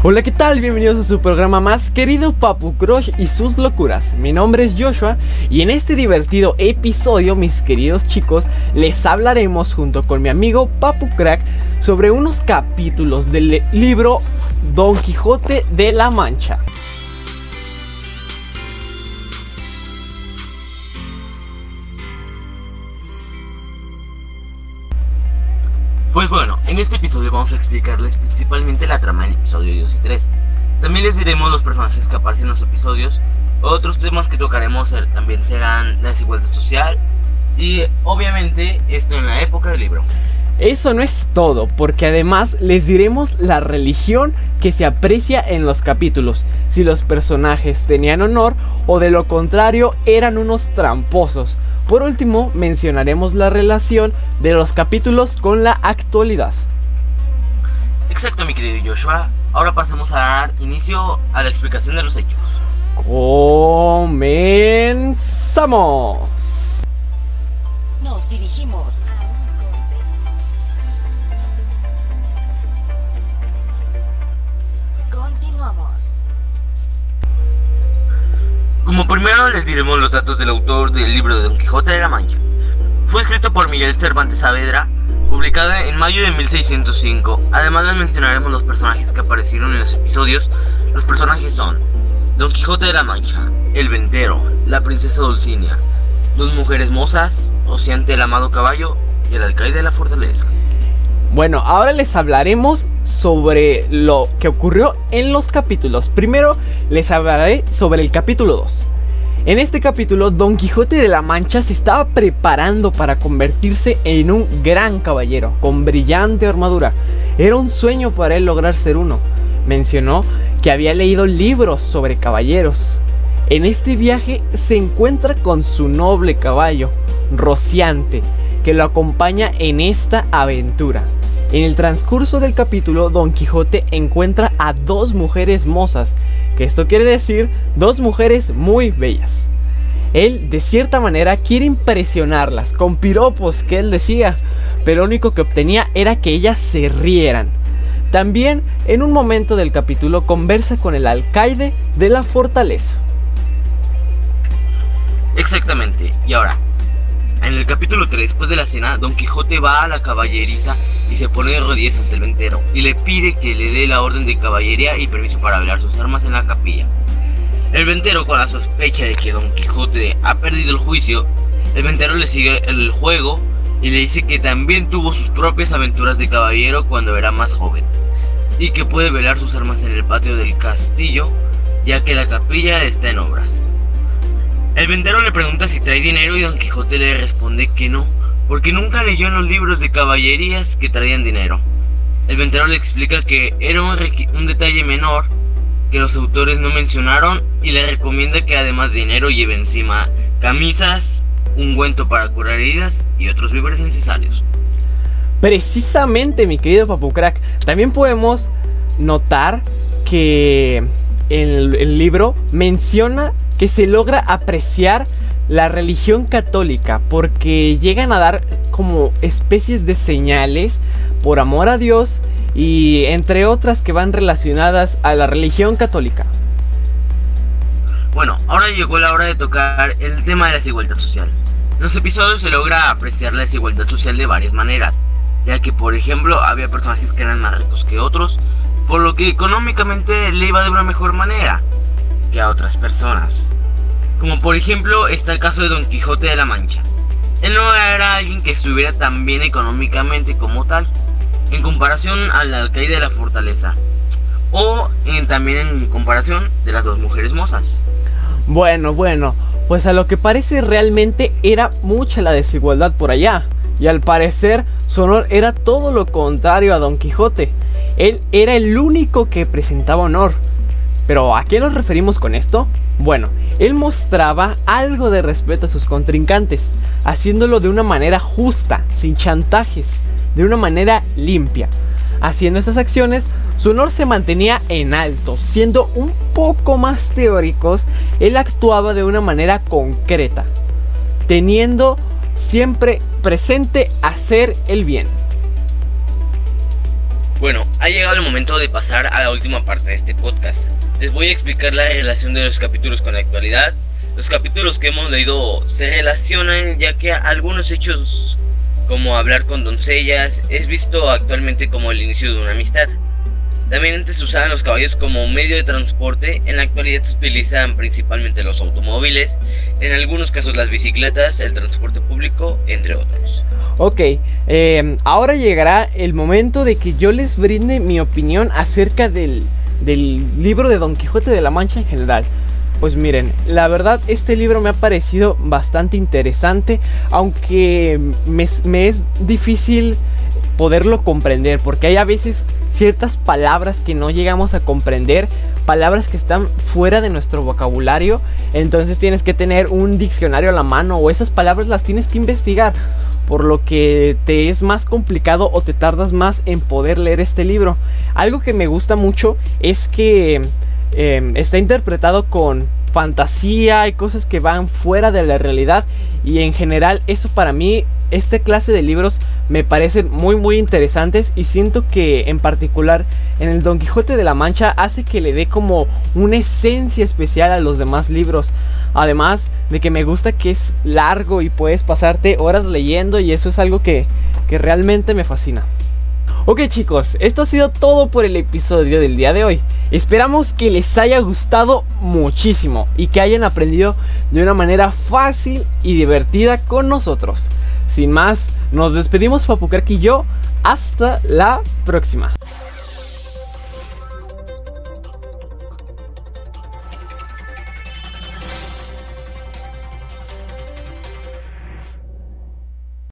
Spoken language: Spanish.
Hola, ¿qué tal? Bienvenidos a su programa más querido, Papu Crush y sus locuras. Mi nombre es Joshua y en este divertido episodio, mis queridos chicos, les hablaremos junto con mi amigo Papu Crack sobre unos capítulos del libro Don Quijote de la Mancha. Pues bueno, en este episodio vamos a explicarles principalmente la trama del episodio 2 y 3. También les diremos los personajes que aparecen en los episodios. Otros temas que tocaremos también serán la desigualdad social y obviamente esto en la época del libro. Eso no es todo, porque además les diremos la religión que se aprecia en los capítulos, si los personajes tenían honor o de lo contrario eran unos tramposos. Por último, mencionaremos la relación de los capítulos con la actualidad. Exacto, mi querido Joshua. Ahora pasamos a dar inicio a la explicación de los hechos. ¡Comenzamos! Nos dirigimos a un corte. Continuamos. Como primero les diremos los datos del autor del libro de Don Quijote de la Mancha. Fue escrito por Miguel Cervantes Saavedra, publicado en mayo de 1605. Además les mencionaremos los personajes que aparecieron en los episodios. Los personajes son Don Quijote de la Mancha, el ventero, la princesa Dulcinea, dos mujeres mozas, Rocinante el amado caballo y el alcaide de la fortaleza. Bueno, ahora les hablaremos sobre lo que ocurrió en los capítulos. Primero les hablaré sobre el capítulo 2. En este capítulo, Don Quijote de la Mancha se estaba preparando para convertirse en un gran caballero, con brillante armadura. Era un sueño para él lograr ser uno. Mencionó que había leído libros sobre caballeros. En este viaje se encuentra con su noble caballo, Rocinante, que lo acompaña en esta aventura. En el transcurso del capítulo, Don Quijote encuentra a dos mujeres mozas, que esto quiere decir dos mujeres muy bellas. Él, de cierta manera, quiere impresionarlas con piropos que él decía, pero lo único que obtenía era que ellas se rieran. También, en un momento del capítulo, conversa con el alcaide de la fortaleza. Exactamente, y ahora, en el capítulo 3, después de la cena, Don Quijote va a la caballeriza y se pone de rodillas ante el ventero y le pide que le dé la orden de caballería y permiso para velar sus armas en la capilla. El ventero, con la sospecha de que Don Quijote ha perdido el juicio, el ventero le sigue el juego y le dice que también tuvo sus propias aventuras de caballero cuando era más joven y que puede velar sus armas en el patio del castillo, ya que la capilla está en obras. El ventero le pregunta si trae dinero y Don Quijote le responde que no, porque nunca leyó en los libros de caballerías que traían dinero. El ventero le explica que era un detalle menor que los autores no mencionaron y le recomienda que además de dinero lleve encima camisas, ungüento para curar heridas y otros víveres necesarios. Precisamente, mi querido Papu Crack, también podemos notar que el libro menciona que se logra apreciar la religión católica porque llegan a dar como especies de señales por amor a Dios y entre otras que van relacionadas a la religión católica. Bueno, ahora llegó la hora de tocar el tema de la desigualdad social. En los episodios se logra apreciar la desigualdad social de varias maneras, ya que por ejemplo había personajes que eran más ricos que otros, por lo que económicamente le iba de una mejor manera que a otras personas. Como por ejemplo está el caso de Don Quijote de la Mancha. Él no era alguien que estuviera tan bien económicamente como tal, en comparación al alcaide de la fortaleza, o también en comparación de las dos mujeres mozas. Bueno, pues a lo que parece realmente era mucha la desigualdad por allá, y al parecer su honor era todo lo contrario a Don Quijote. Él era el único que presentaba honor. ¿Pero a qué nos referimos con esto? Bueno, él mostraba algo de respeto a sus contrincantes, haciéndolo de una manera justa, sin chantajes, de una manera limpia. Haciendo estas acciones, su honor se mantenía en alto. Siendo un poco más teóricos, él actuaba de una manera concreta, teniendo siempre presente hacer el bien. Bueno, ha llegado el momento de pasar a la última parte de este podcast. Les voy a explicar la relación de los capítulos con la actualidad. Los capítulos que hemos leído se relacionan ya que algunos hechos como hablar con doncellas es visto actualmente como el inicio de una amistad. También antes se usaban los caballos como medio de transporte, en la actualidad se utilizan principalmente los automóviles, en algunos casos las bicicletas, el transporte público, entre otros. Ok, ahora llegará el momento de que yo les brinde mi opinión acerca del libro de Don Quijote de la Mancha en general. Pues miren, la verdad este libro me ha parecido bastante interesante, aunque me es difícil poderlo comprender, porque hay a veces ciertas palabras que no llegamos a comprender, palabras que están fuera de nuestro vocabulario, entonces tienes que tener un diccionario a la mano o esas palabras las tienes que investigar, por lo que te es más complicado o te tardas más en poder leer este libro. Algo que me gusta mucho es que está interpretado con fantasía y cosas que van fuera de la realidad, y en general eso para mí, esta clase de libros me parecen muy interesantes, y siento que en particular en el Don Quijote de la Mancha hace que le dé como una esencia especial a los demás libros. Además de que me gusta que es largo y puedes pasarte horas leyendo, y eso es algo que realmente me fascina. Ok chicos, esto ha sido todo por el episodio del día de hoy. Esperamos que les haya gustado muchísimo y que hayan aprendido de una manera fácil y divertida con nosotros. Sin más, nos despedimos Papucarqui y yo. Hasta la próxima.